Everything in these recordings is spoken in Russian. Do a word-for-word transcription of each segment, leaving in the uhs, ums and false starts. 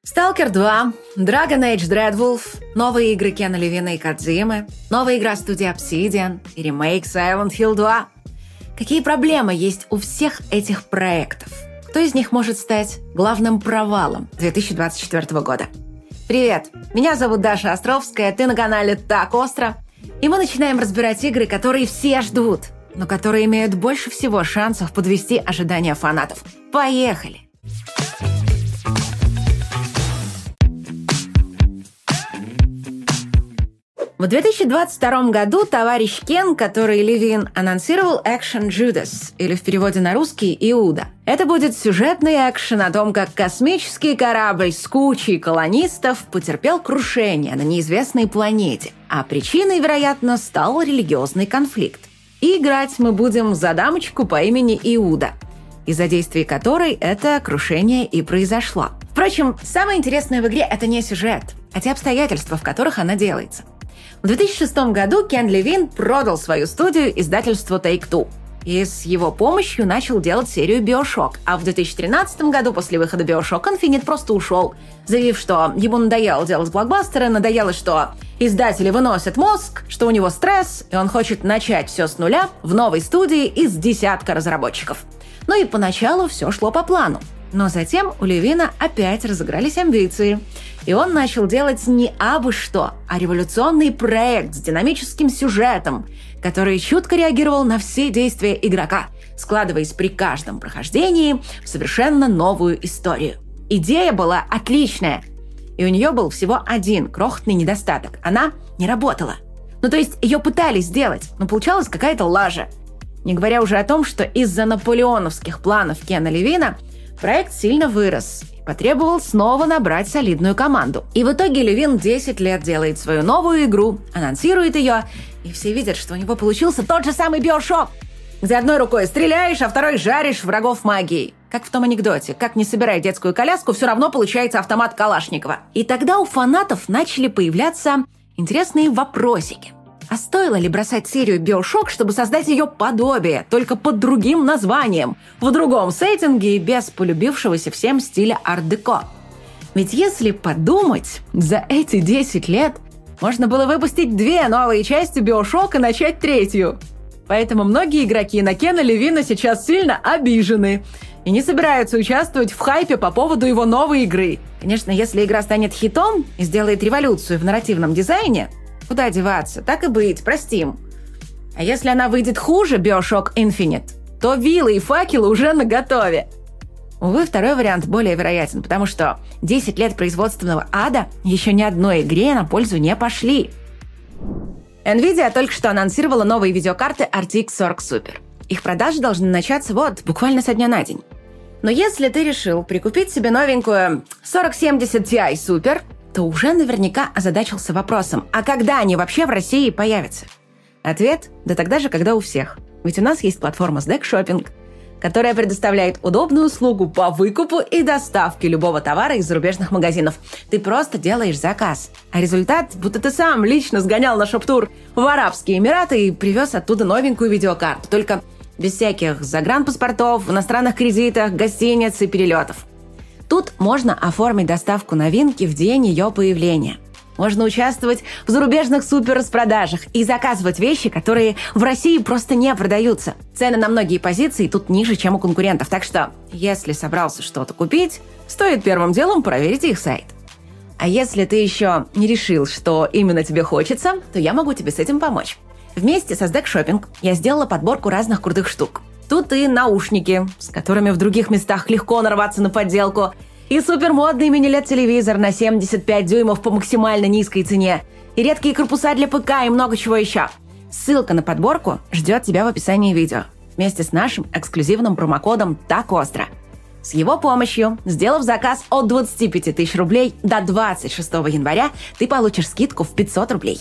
Сталкер два, Dragon Age Dreadwolf, новые игры Кена Левина и Кодзимы, новая игра студии Obsidian и ремейк Silent Hill два. Какие проблемы есть у всех этих проектов? Кто из них может стать главным провалом две тысячи двадцать четвёртого года? Привет, меня зовут Даша Островская, ты на канале Так Остро, и мы начинаем разбирать игры, которые все ждут, но которые имеют больше всего шансов подвести ожидания фанатов. Поехали! В две тысячи двадцать втором году товарищ Кен, который Левин, анонсировал Action Judas, или в переводе на русский «Иуда». Это будет сюжетный экшен о том, как космический корабль с кучей колонистов потерпел крушение на неизвестной планете, а причиной, вероятно, стал религиозный конфликт. И играть мы будем за дамочку по имени Иуда, из-за действий которой это крушение и произошло. Впрочем, самое интересное в игре – это не сюжет, а те обстоятельства, в которых она делается. В две тысячи шестом году Кен Левин продал свою студию издательству Take-Two и с его помощью начал делать серию BioShock, а в две тысячи тринадцатом году после выхода BioShock Infinite просто ушел, заявив, что ему надоело делать блокбастеры, надоело, что издатели выносят мозг, что у него стресс, и он хочет начать все с нуля в новой студии из десятка разработчиков. Ну и поначалу все шло по плану. Но затем у Левина опять разыгрались амбиции. И он начал делать не абы что, а революционный проект с динамическим сюжетом, который чутко реагировал на все действия игрока, складываясь при каждом прохождении в совершенно новую историю. Идея была отличная, и у нее был всего один крохотный недостаток. Она не работала. Ну то есть ее пытались сделать, но получалась какая-то лажа. Не говоря уже о том, что из-за наполеоновских планов Кена Левина проект сильно вырос и потребовал снова набрать солидную команду. И в итоге Левин десять лет делает свою новую игру, анонсирует ее, и все видят, что у него получился тот же самый BioShock, где одной рукой стреляешь, а второй жаришь врагов магией. Как в том анекдоте: как не собирай детскую коляску, все равно получается автомат Калашникова. И тогда у фанатов начали появляться интересные вопросики. А стоило ли бросать серию BioShock, чтобы создать ее подобие, только под другим названием, в другом сеттинге и без полюбившегося всем стиля арт-деко? Ведь если подумать, за эти десять лет можно было выпустить две новые части BioShock и начать третью. Поэтому многие игроки на Кена Левина сейчас сильно обижены и не собираются участвовать в хайпе по поводу его новой игры. Конечно, если игра станет хитом и сделает революцию в нарративном дизайне, куда деваться? Так и быть, простим. А если она выйдет хуже BioShock Infinite, то вилы и факелы уже наготове. Увы, второй вариант более вероятен, потому что десять лет производственного ада еще ни одной игре на пользу не пошли. Nvidia только что анонсировала новые видеокарты эр ти икс сорок Super. Их продажи должны начаться вот буквально со дня на день. Но если ты решил прикупить себе новенькую сорок семьдесят Ti Super, то уже наверняка озадачился вопросом, а когда они вообще в России появятся? Ответ – да тогда же, когда у всех. Ведь у нас есть платформа Sdeck Shopping, которая предоставляет удобную услугу по выкупу и доставке любого товара из зарубежных магазинов. Ты просто делаешь заказ, а результат, будто ты сам лично сгонял на шоп-тур в Арабские Эмираты и привез оттуда новенькую видеокарту, только без всяких загранпаспортов, иностранных кредитов, гостиниц и перелетов. Тут можно оформить доставку новинки в день ее появления. Можно участвовать в зарубежных суперраспродажах и заказывать вещи, которые в России просто не продаются. Цены на многие позиции тут ниже, чем у конкурентов, так что, если собрался что-то купить, стоит первым делом проверить их сайт. А если ты еще не решил, что именно тебе хочется, то я могу тебе с этим помочь. Вместе со Sdeck Shopping я сделала подборку разных крутых штук. Тут и наушники, с которыми в других местах легко нарваться на подделку, и супермодный мини-лед-телевизор на семьдесят пять дюймов по максимально низкой цене, и редкие корпуса для ПК и много чего еще. Ссылка на подборку ждет тебя в описании видео, вместе с нашим эксклюзивным промокодом «Так остро». С его помощью, сделав заказ от двадцати пяти тысяч рублей до двадцать шестого января, ты получишь скидку в пятьсот рублей.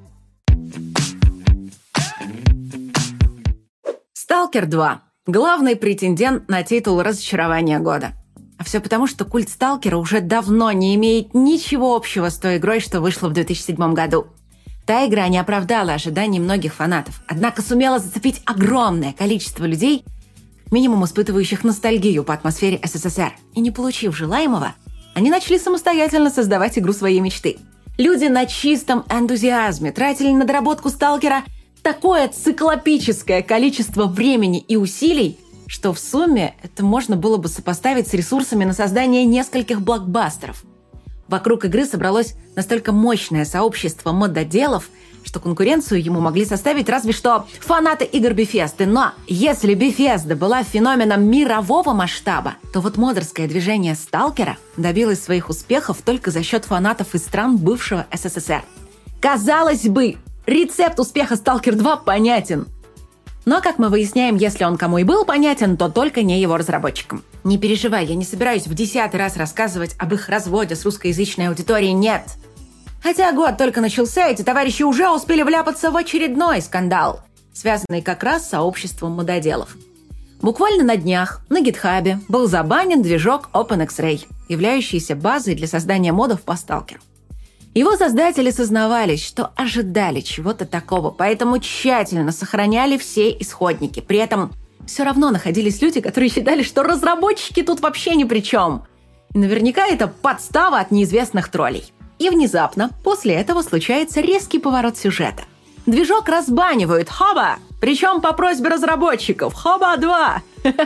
Сталкер два. Главный претендент на титул разочарования года. А все потому, что культ Сталкера уже давно не имеет ничего общего с той игрой, что вышла в две тысячи седьмом году. Та игра не оправдала ожиданий многих фанатов, однако сумела зацепить огромное количество людей, минимум испытывающих ностальгию по атмосфере эс эс эс эр, и, не получив желаемого, они начали самостоятельно создавать игру своей мечты. Люди на чистом энтузиазме тратили на доработку «Сталкера» такое циклопическое количество времени и усилий, что в сумме это можно было бы сопоставить с ресурсами на создание нескольких блокбастеров. Вокруг игры собралось настолько мощное сообщество мододелов, что конкуренцию ему могли составить разве что фанаты игр Bethesda. Но если Bethesda была феноменом мирового масштаба, то вот модерское движение «Сталкера» добилось своих успехов только за счет фанатов из стран бывшего эс эс эс эр. Казалось бы, рецепт успеха «Сталкер два» понятен. Но, как мы выясняем, если он кому и был понятен, то только не его разработчикам. Не переживай, я не собираюсь в десятый раз рассказывать об их разводе с русскоязычной аудиторией, нет. Хотя год только начался, эти товарищи уже успели вляпаться в очередной скандал, связанный как раз с сообществом мододелов. Буквально на днях на GitHub был забанен движок OpenX-Ray, являющийся базой для создания модов по «Сталкеру». Его создатели сознавались, что ожидали чего-то такого, поэтому тщательно сохраняли все исходники. При этом все равно находились люди, которые считали, что разработчики тут вообще ни при чем. И наверняка это подстава от неизвестных троллей. И внезапно после этого случается резкий поворот сюжета. Движок разбанивают, хоба! Причем по просьбе разработчиков, хоба два!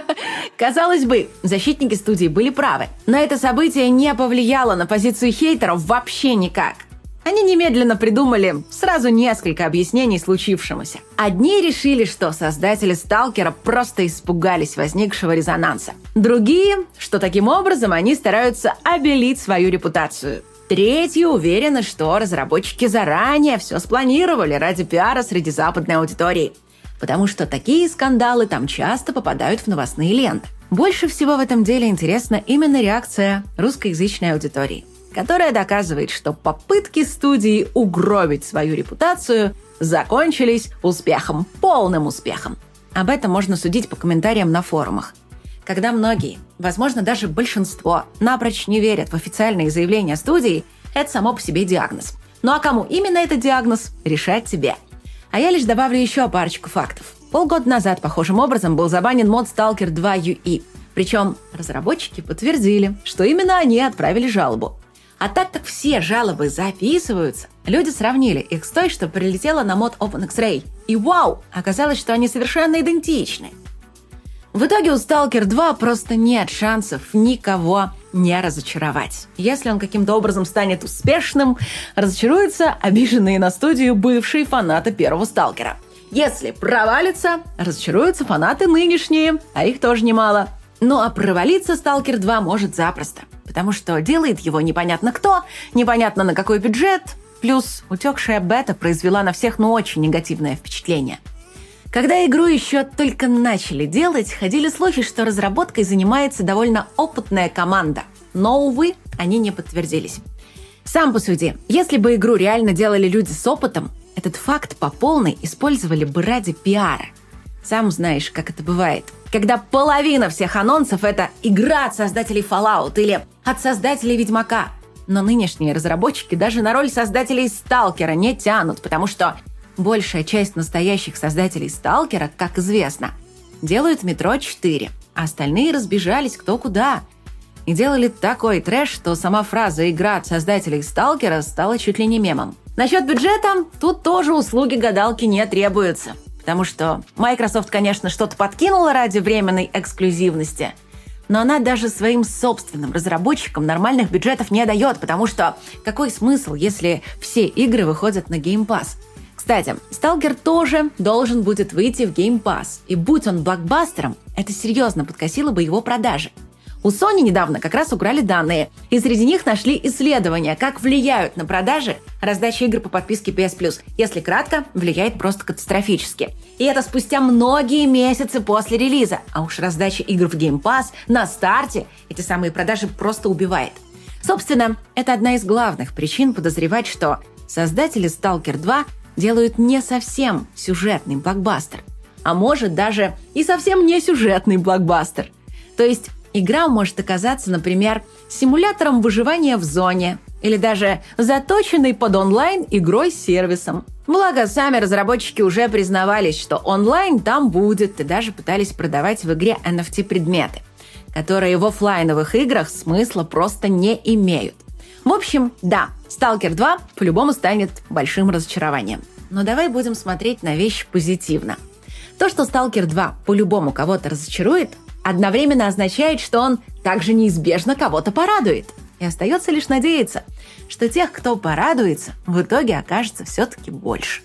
Казалось бы, защитники студии были правы, но это событие не повлияло на позицию хейтеров вообще никак. Они немедленно придумали сразу несколько объяснений случившемуся. Одни решили, что создатели «Сталкера» просто испугались возникшего резонанса. Другие, что таким образом они стараются обелить свою репутацию. Третьи уверены, что разработчики заранее все спланировали ради пиара среди западной аудитории. Потому что такие скандалы там часто попадают в новостные ленты. Больше всего в этом деле интересна именно реакция русскоязычной аудитории, которая доказывает, что попытки студии угробить свою репутацию закончились успехом, полным успехом. Об этом можно судить по комментариям на форумах. Когда многие, возможно, даже большинство, напрочь не верят в официальные заявления студии, это само по себе диагноз. Ну а кому именно этот диагноз, решать тебе. А я лишь добавлю еще парочку фактов. Полгода назад похожим образом был забанен мод «Сталкер два ю и». Причем разработчики подтвердили, что именно они отправили жалобу. А так как все жалобы записываются, люди сравнили их с той, что прилетела на мод OpenX-Ray. И вау, оказалось, что они совершенно идентичны. В итоге у «Сталкер два» просто нет шансов никого не разочаровать. Если он каким-то образом станет успешным, разочаруются обиженные на студию бывшие фанаты первого «Сталкера». Если провалится, разочаруются фанаты нынешние, а их тоже немало. Ну а провалиться «Сталкер два» может запросто, потому что делает его непонятно кто, непонятно на какой бюджет, плюс утекшая бета произвела на всех ну очень негативное впечатление. Когда игру еще только начали делать, ходили слухи, что разработкой занимается довольно опытная команда. Но, увы, они не подтвердились. Сам посуди, если бы игру реально делали люди с опытом, этот факт по полной использовали бы ради пиара. Сам знаешь, как это бывает. Когда половина всех анонсов – это игра от создателей Fallout или от создателей Ведьмака. Но нынешние разработчики даже на роль создателей «Сталкера» не тянут, потому что большая часть настоящих создателей «Сталкера», как известно, делают «Метро четыре», а остальные разбежались кто куда. И делали такой трэш, что сама фраза «игра от создателей «Сталкера» стала чуть ли не мемом. Насчет бюджета тут тоже услуги гадалки не требуются. Потому что Microsoft, конечно, что-то подкинула ради временной эксклюзивности, но она даже своим собственным разработчикам нормальных бюджетов не дает, потому что какой смысл, если все игры выходят на Game Pass? Кстати, «Сталкер» тоже должен будет выйти в Game Pass, и будь он блокбастером, это серьезно подкосило бы его продажи. У Sony недавно как раз украли данные, и среди них нашли исследования, как влияют на продажи раздача игр по подписке пи эс плюс. Если кратко, влияет просто катастрофически. И это спустя многие месяцы после релиза. А уж раздача игр в Game Pass на старте эти самые продажи просто убивает. Собственно, это одна из главных причин подозревать, что создатели «Сталкер два» делают не совсем сюжетный блокбастер, а может даже и совсем не сюжетный блокбастер. То есть игра может оказаться, например, симулятором выживания в зоне или даже заточенной под онлайн игрой-сервисом. Благо, сами разработчики уже признавались, что онлайн там будет, и даже пытались продавать в игре эн эф ти-предметы. которые в офлайновых играх смысла просто не имеют. В общем, да, Сталкер два по-любому станет большим разочарованием. Но давай будем смотреть на вещи позитивно. То, что Сталкер два по-любому кого-то разочарует, одновременно означает, что он также неизбежно кого-то порадует. И остается лишь надеяться, что тех, кто порадуется, в итоге окажется все-таки больше.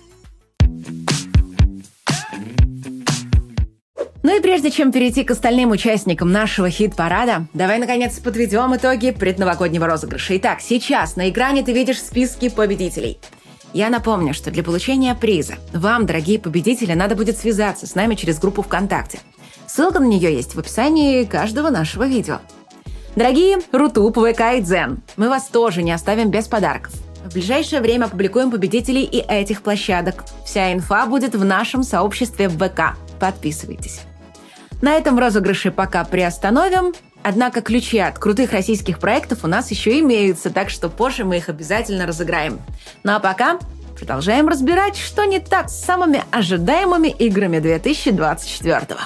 Ну и прежде чем перейти к остальным участникам нашего хит-парада, давай наконец подведем итоги предновогоднего розыгрыша. Итак, сейчас на экране ты видишь списки победителей. Я напомню, что для получения приза вам, дорогие победители, надо будет связаться с нами через группу ВКонтакте. Ссылка на нее есть в описании каждого нашего видео. Дорогие Рутуб, ВК и Дзен, мы вас тоже не оставим без подарков. В ближайшее время опубликуем победителей и этих площадок. Вся инфа будет в нашем сообществе в ВК. Подписывайтесь. На этом розыгрыши пока приостановим, однако ключи от крутых российских проектов у нас еще имеются, так что позже мы их обязательно разыграем. Ну а пока продолжаем разбирать, что не так с самыми ожидаемыми играми две тысячи двадцать четвёртого.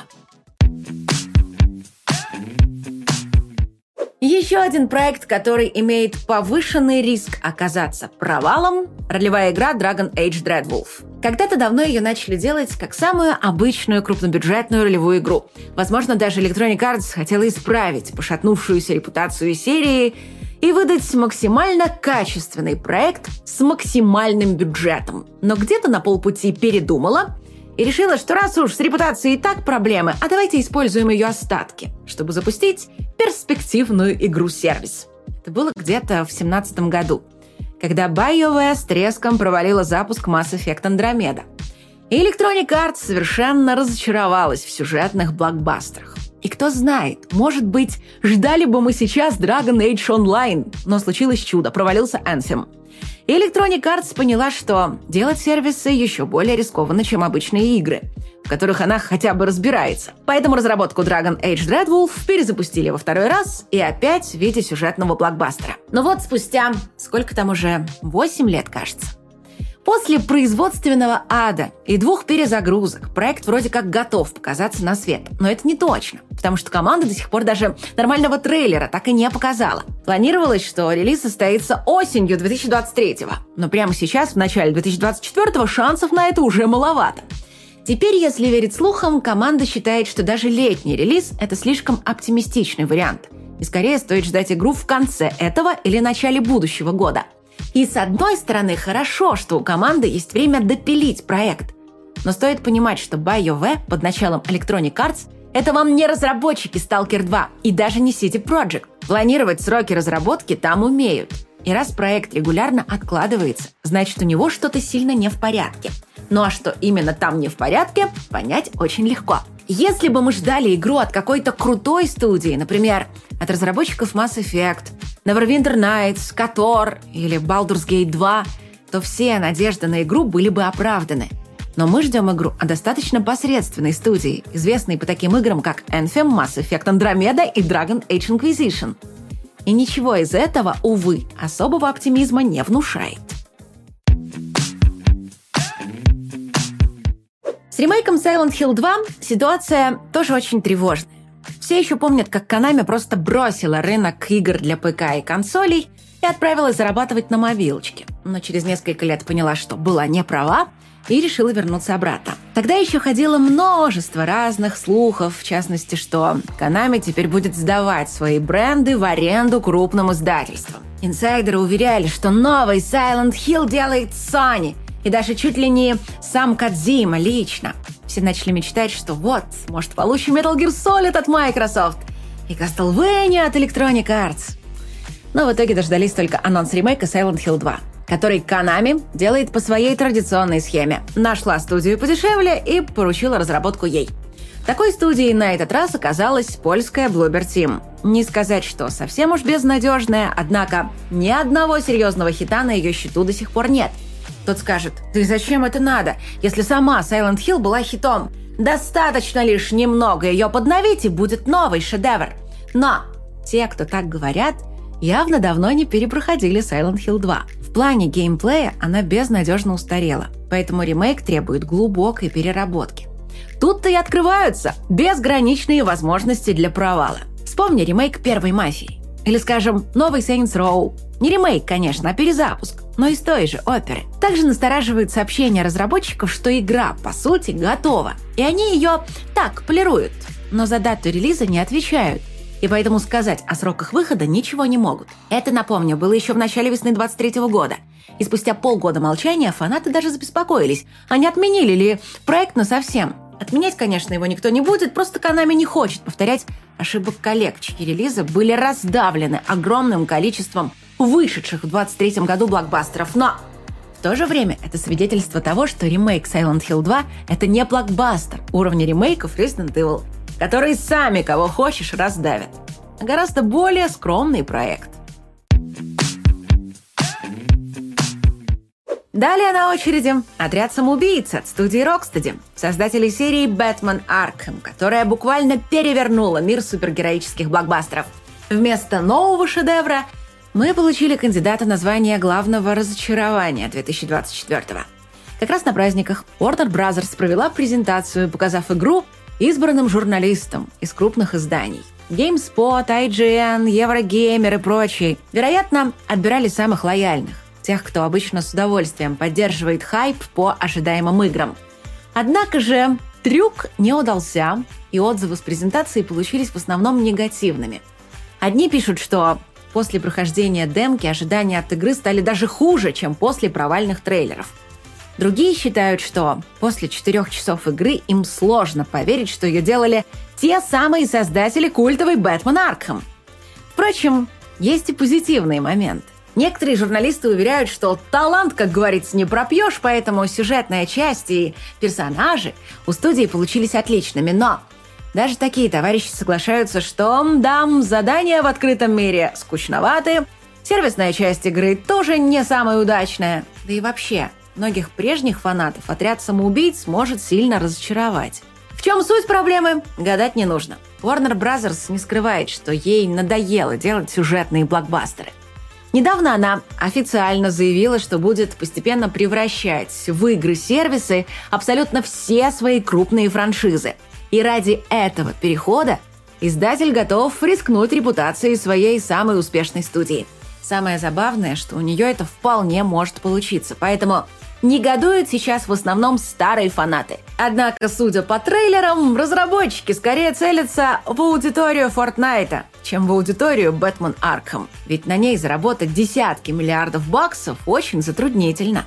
Еще один проект, который имеет повышенный риск оказаться провалом – ролевая игра Dragon Age Dreadwolf. Когда-то давно ее начали делать как самую обычную крупнобюджетную ролевую игру. Возможно, даже Electronic Arts хотела исправить пошатнувшуюся репутацию серии и выдать максимально качественный проект с максимальным бюджетом. Но где-то на полпути передумала и решила, что раз уж с репутацией и так проблемы, а давайте используем ее остатки, чтобы запустить перспективную игру-сервис. Это было где-то в две тысячи семнадцатом году, когда BioWare с треском провалила запуск Mass Effect Andromeda. И Electronic Arts совершенно разочаровалась в сюжетных блокбастерах. И кто знает, может быть, ждали бы мы сейчас Dragon Age Online, но случилось чудо, провалился Anthem. И Electronic Arts поняла, что делать сервисы еще более рискованно, чем обычные игры, в которых она хотя бы разбирается. Поэтому разработку Dragon Age Dreadwolf перезапустили во второй раз и опять в виде сюжетного блокбастера. Но вот спустя, сколько там уже, восемь лет, кажется. После производственного ада и двух перезагрузок проект вроде как готов показаться на свет. Но это не точно, потому что команда до сих пор даже нормального трейлера так и не показала. Планировалось, что релиз состоится осенью две тысячи двадцать третьего, но прямо сейчас, в начале две тысячи двадцать четвёртого, шансов на это уже маловато. Теперь, если верить слухам, команда считает, что даже летний релиз – это слишком оптимистичный вариант, и скорее стоит ждать игру в конце этого или начале будущего года. И с одной стороны, хорошо, что у команды есть время допилить проект. Но стоит понимать, что BioWare под началом Electronic Arts – это вам не разработчики Сталкер два и даже не си ди Projekt. Планировать сроки разработки там умеют. И раз проект регулярно откладывается, значит, у него что-то сильно не в порядке. Ну а что именно там не в порядке, понять очень легко. Если бы мы ждали игру от какой-то крутой студии, например, от разработчиков Mass Effect, Neverwinter Nights, KOTOR или Baldur's Gate два, то все надежды на игру были бы оправданы. Но мы ждем игру от достаточно посредственной студии, известной по таким играм, как Anthem, Mass Effect Andromeda и Dragon Age Inquisition. И ничего из этого, увы, особого оптимизма не внушает. С ремейком Silent Hill два ситуация тоже очень тревожная. Все еще помнят, как Konami просто бросила рынок игр для ПК и консолей и отправилась зарабатывать на мобилочке. Но через несколько лет поняла, что была не права, и решила вернуться обратно. Тогда еще ходило множество разных слухов, в частности, что Konami теперь будет сдавать свои бренды в аренду крупным издательствам. Инсайдеры уверяли, что новый Silent Hill делает Sony, и даже чуть ли не сам Кодзима лично. Все начали мечтать, что вот, может, получим Metal Gear Solid от Microsoft и Castlevania от Electronic Arts. Но в итоге дождались только анонс ремейка Silent Hill два, который Konami делает по своей традиционной схеме. Нашла студию подешевле и поручила разработку ей. Такой студией на этот раз оказалась польская Bloober Team. Не сказать, что совсем уж безнадежная, однако ни одного серьезного хита на ее счету до сих пор нет. Кто-то скажет: «Да и зачем это надо, если сама Silent Hill была хитом? Достаточно лишь немного ее подновить, и будет новый шедевр». Но те, кто так говорят, явно давно не перепроходили Silent Hill два. В плане геймплея она безнадежно устарела, поэтому ремейк требует глубокой переработки. Тут-то и открываются безграничные возможности для провала. С Вспомни ремейк первой «Мафии». Или, скажем, новый Saints Row. Не ремейк, конечно, а перезапуск, но из той же оперы. Также настораживает сообщение разработчиков, что игра, по сути, готова. И они ее так полируют, но за дату релиза не отвечают. И поэтому сказать о сроках выхода ничего не могут. Это, напомню, было еще в начале весны двадцать третьего года. И спустя полгода молчания фанаты даже забеспокоились, а не отменили ли проект насовсем. Отменять, конечно, его никто не будет, просто Konami не хочет повторять ошибок коллег, чьи релизы были раздавлены огромным количеством вышедших в двадцать третьем году блокбастеров. Но в то же время это свидетельство того, что ремейк Silent Hill два – это не блокбастер уровня ремейков Resident Evil, которые сами кого хочешь раздавят, а гораздо более скромный проект. Далее на очереди «Отряд самоубийц» от студии Rocksteady, создателей серии «Бэтмен Аркхэм», которая буквально перевернула мир супергероических блокбастеров. Вместо нового шедевра мы получили кандидата на звание главного разочарования две тысячи двадцать четвёртого. Как раз на праздниках Warner Bros. Провела презентацию, показав игру избранным журналистам из крупных изданий. GameSpot, ай джи эн, Eurogamer и прочие, вероятно, отбирали самых лояльных. Тех, кто обычно с удовольствием поддерживает хайп по ожидаемым играм. Однако же трюк не удался, и отзывы с презентации получились в основном негативными. Одни пишут, что после прохождения демки ожидания от игры стали даже хуже, чем после провальных трейлеров. Другие считают, что после четырех часов игры им сложно поверить, что ее делали те самые создатели культовой «Бэтмен Аркхэм». Впрочем, есть и позитивный момент. Некоторые журналисты уверяют, что талант, как говорится, не пропьешь, поэтому сюжетная часть и персонажи у студии получились отличными. Но даже такие товарищи соглашаются, что, да, задания в открытом мире скучноваты, сервисная часть игры тоже не самая удачная. Да и вообще, многих прежних фанатов «Отряд самоубийц» может сильно разочаровать. В чем суть проблемы, гадать не нужно. Warner Bros. Не скрывает, что ей надоело делать сюжетные блокбастеры. Недавно она официально заявила, что будет постепенно превращать в игры-сервисы абсолютно все свои крупные франшизы. И ради этого перехода издатель готов рискнуть репутацией своей самой успешной студии. Самое забавное, что у нее это вполне может получиться, поэтому негодуют сейчас в основном старые фанаты. Однако, судя по трейлерам, разработчики скорее целятся в аудиторию Fortnite, чем в аудиторию Бэтмен Аркхэм. Ведь на ней заработать десятки миллиардов баксов очень затруднительно.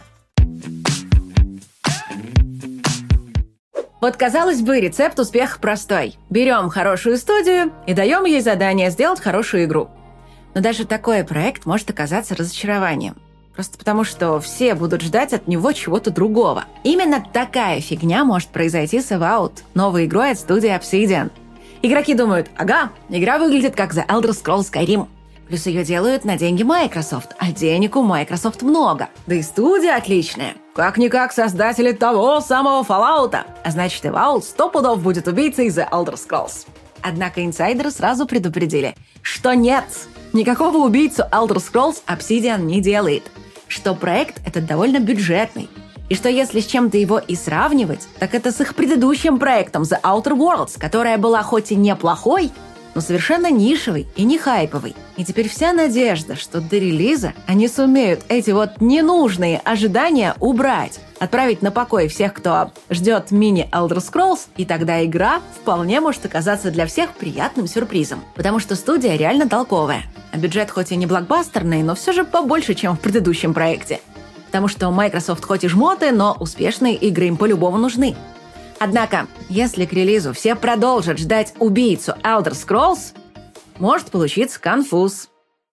Вот, казалось бы, рецепт успеха простой. Берем хорошую студию и даем ей задание сделать хорошую игру. Но даже такой проект может оказаться разочарованием. Просто потому, что все будут ждать от него чего-то другого. Именно такая фигня может произойти с Avowed, новой игрой от студии Obsidian. Игроки думают, ага, игра выглядит как The Elder Scrolls Skyrim. Плюс ее делают на деньги Microsoft, а денег у Microsoft много. Да и студия отличная. Как-никак создатели того самого Fallout. А значит, Avowed сто пудов будет убийцей The Elder Scrolls. Однако инсайдеры сразу предупредили, что нет, никакого убийцу Elder Scrolls Obsidian не делает. Что проект этот довольно бюджетный. И что если с чем-то его и сравнивать, так это с их предыдущим проектом The Outer Worlds, которая была хоть и неплохой, но совершенно нишевой и не хайповой. И теперь вся надежда, что до релиза они сумеют эти вот ненужные ожидания убрать, отправить на покой всех, кто ждет мини Elder Scrolls, и тогда игра вполне может оказаться для всех приятным сюрпризом. Потому что студия реально толковая. А бюджет хоть и не блокбастерный, но все же побольше, чем в предыдущем проекте. Потому что Microsoft хоть и жмоты, но успешные игры им по-любому нужны. Однако, если к релизу все продолжат ждать убийцу Elder Scrolls, может получиться конфуз.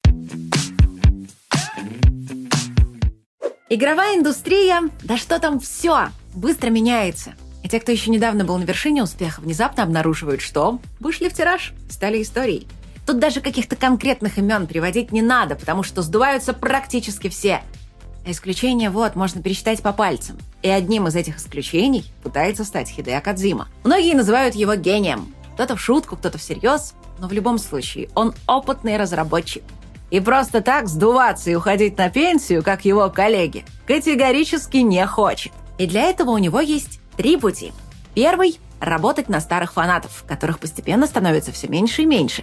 Игровая индустрия, да что там, все быстро меняется. И те, кто еще недавно был на вершине успеха, внезапно обнаруживают, что вышли в тираж, стали историей. Тут даже каких-то конкретных имен приводить не надо, потому что сдуваются практически все. А исключения вот можно пересчитать по пальцам. И одним из этих исключений пытается стать Хидео Кодзима. Многие называют его гением. Кто-то в шутку, кто-то всерьез. Но в любом случае, он опытный разработчик. И просто так сдуваться и уходить на пенсию, как его коллеги, категорически не хочет. И для этого у него есть три пути. Первый – работать на старых фанатов, которых постепенно становится все меньше и меньше.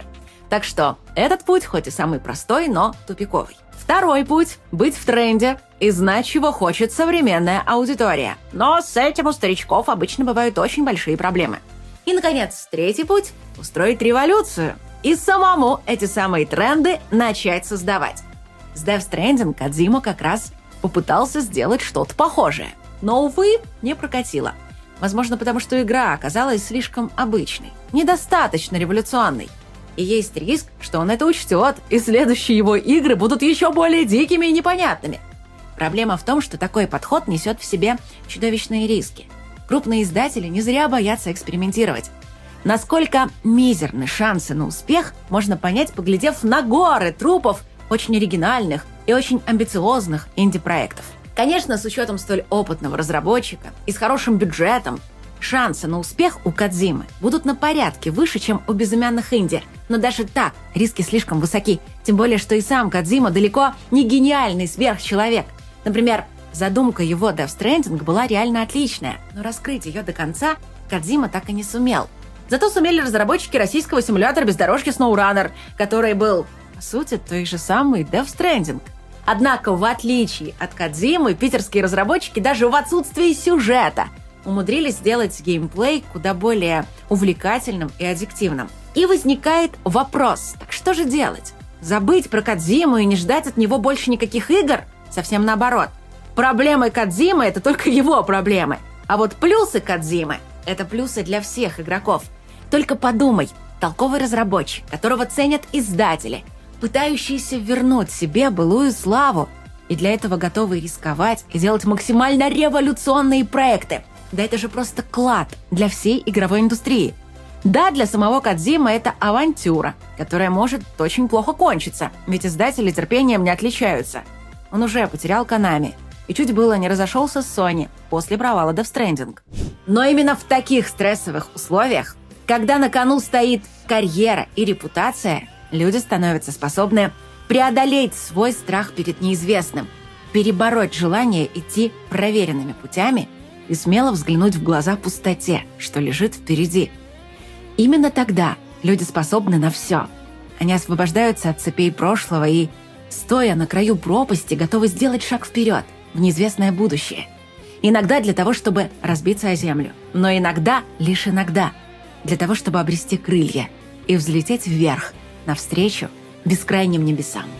Так что этот путь хоть и самый простой, но тупиковый. Второй путь – быть в тренде и знать, чего хочет современная аудитория. Но с этим у старичков обычно бывают очень большие проблемы. И, наконец, третий путь – устроить революцию и самому эти самые тренды начать создавать. С Death Stranding Кодзима как раз попытался сделать что-то похожее. Но, увы, не прокатило. Возможно, потому что игра оказалась слишком обычной, недостаточно революционной. И есть риск, что он это учтет, и следующие его игры будут еще более дикими и непонятными. Проблема в том, что такой подход несет в себе чудовищные риски. Крупные издатели не зря боятся экспериментировать. Насколько мизерны шансы на успех, можно понять, поглядев на горы трупов очень оригинальных и очень амбициозных инди-проектов. Конечно, с учетом столь опытного разработчика и с хорошим бюджетом, шансы на успех у Кодзимы будут на порядке выше, чем у безымянных инди. Но даже так риски слишком высоки. Тем более, что и сам Кодзима далеко не гениальный сверхчеловек. Например, задумка его Death Stranding была реально отличная, но раскрыть ее до конца Кодзима так и не сумел. Зато сумели разработчики российского симулятора бездорожки SnowRunner, который был, по сути, той же самой Death Stranding. Однако, в отличие от Кодзимы, питерские разработчики даже в отсутствии сюжета умудрились сделать геймплей куда более увлекательным и аддиктивным. И возникает вопрос, так что же делать? Забыть про Кодзиму и не ждать от него больше никаких игр? Совсем наоборот. Проблемы Кодзимы – это только его проблемы. А вот плюсы Кодзимы – это плюсы для всех игроков. Только подумай, толковый разработчик, которого ценят издатели, пытающиеся вернуть себе былую славу, и для этого готовы рисковать и делать максимально революционные проекты. Да это же просто клад для всей игровой индустрии. Да, для самого Кодзимы это авантюра, которая может очень плохо кончиться, ведь издатели терпением не отличаются. Он уже потерял Konami и чуть было не разошелся с Sony после провала Death Stranding. Но именно в таких стрессовых условиях, когда на кону стоит карьера и репутация, люди становятся способны преодолеть свой страх перед неизвестным, перебороть желание идти проверенными путями и смело взглянуть в глаза пустоте, что лежит впереди. Именно тогда люди способны на все. Они освобождаются от цепей прошлого и, стоя на краю пропасти, готовы сделать шаг вперед, в неизвестное будущее. Иногда для того, чтобы разбиться о землю, но иногда, лишь иногда, для того, чтобы обрести крылья и взлететь вверх, навстречу бескрайним небесам.